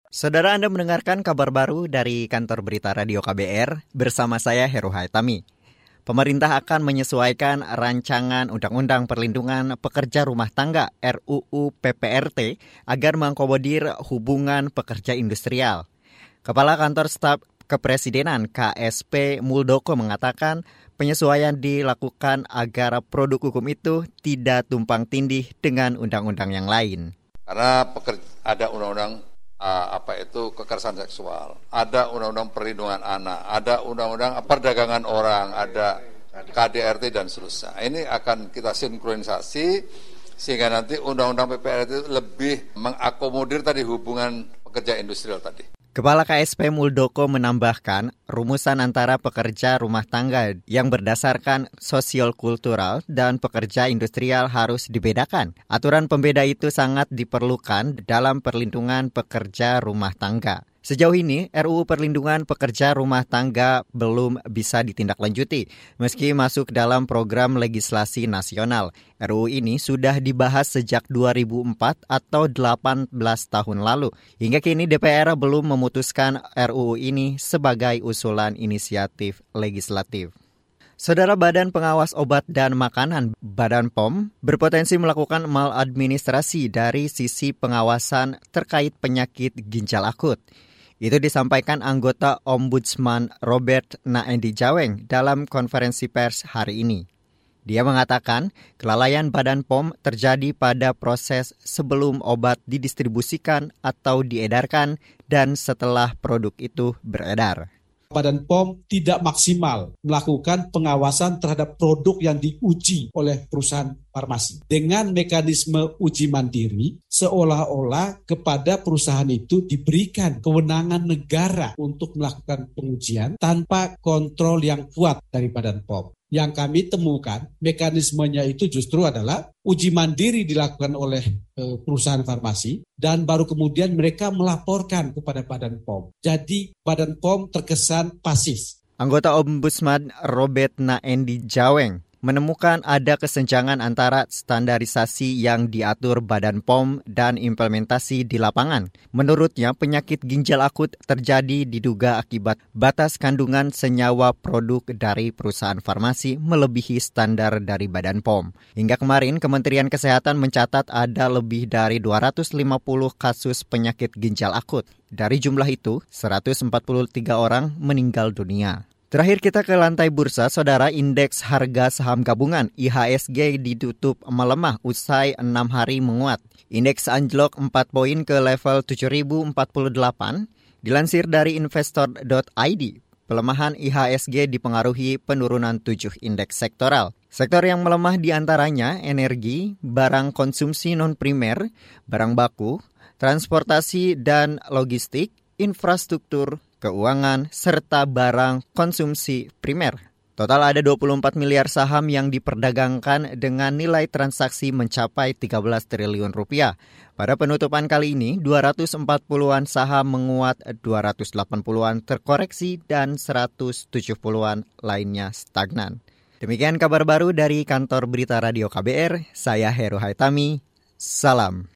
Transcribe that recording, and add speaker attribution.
Speaker 1: Saudara, Anda mendengarkan kabar baru dari kantor berita Radio KBR bersama saya Heru Haitami. Pemerintah akan menyesuaikan rancangan Undang-Undang Perlindungan Pekerja Rumah Tangga RUU PPRT agar mengakomodir hubungan pekerja industrial. Kepala Kantor Staf Kepresidenan KSP Muldoko mengatakan penyesuaian dilakukan agar produk hukum itu tidak tumpang tindih dengan undang-undang yang lain.
Speaker 2: Karena ada undang-undang kekerasan seksual, ada undang-undang perlindungan anak, ada undang-undang perdagangan orang, ada KDRT dan seterusnya. Ini akan kita sinkronisasi sehingga nanti undang-undang PPRT itu lebih mengakomodir tadi hubungan pekerja industrial tadi.
Speaker 1: Kepala KSP Muldoko menambahkan, rumusan antara pekerja rumah tangga yang berdasarkan sosial kultural dan pekerja industrial harus dibedakan. Aturan pembeda itu sangat diperlukan dalam perlindungan pekerja rumah tangga. Sejauh ini, RUU Perlindungan Pekerja Rumah Tangga belum bisa ditindaklanjuti, meski masuk dalam program legislasi nasional. RUU ini sudah dibahas sejak 2004 atau 18 tahun lalu. Hingga kini DPR belum memutuskan RUU ini sebagai usulan inisiatif legislatif. Saudara, Badan Pengawas Obat dan Makanan Badan POM berpotensi melakukan maladministrasi dari sisi pengawasan terkait penyakit ginjal akut. Itu disampaikan anggota Ombudsman Robert Naendi Jaweng dalam konferensi pers hari ini. Dia mengatakan kelalaian Badan POM terjadi pada proses sebelum obat didistribusikan atau diedarkan dan setelah produk itu beredar.
Speaker 3: Badan POM tidak maksimal melakukan pengawasan terhadap produk yang diuji oleh perusahaan farmasi. Dengan mekanisme uji mandiri, seolah-olah kepada perusahaan itu diberikan kewenangan negara untuk melakukan pengujian tanpa kontrol yang kuat dari Badan POM. Yang kami temukan mekanismenya itu justru adalah uji mandiri dilakukan oleh perusahaan farmasi dan baru kemudian mereka melaporkan kepada Badan POM. Jadi Badan POM terkesan pasif.
Speaker 1: Anggota Ombudsman Robert Naendi Jaweng menemukan ada kesenjangan antara standarisasi yang diatur Badan POM dan implementasi di lapangan. Menurutnya, penyakit ginjal akut terjadi diduga akibat batas kandungan senyawa produk dari perusahaan farmasi melebihi standar dari Badan POM. Hingga kemarin, Kementerian Kesehatan mencatat ada lebih dari 250 kasus penyakit ginjal akut. Dari jumlah itu, 143 orang meninggal dunia. Terakhir kita ke lantai bursa, saudara. Indeks harga saham gabungan IHSG ditutup melemah usai 6 hari menguat. Indeks anjlok 4 poin ke level 7.048. Dilansir dari investor.id, pelemahan IHSG dipengaruhi penurunan 7 indeks sektoral. Sektor yang melemah diantaranya energi, barang konsumsi non-primer, barang baku, transportasi dan logistik, infrastruktur, keuangan, serta barang konsumsi primer. Total ada 24 miliar saham yang diperdagangkan dengan nilai transaksi mencapai 13 triliun rupiah. Pada penutupan kali ini, 240-an saham menguat, 280-an terkoreksi, dan 170-an lainnya stagnan. Demikian kabar baru dari kantor berita Radio KBR, saya Heru Haitami, salam.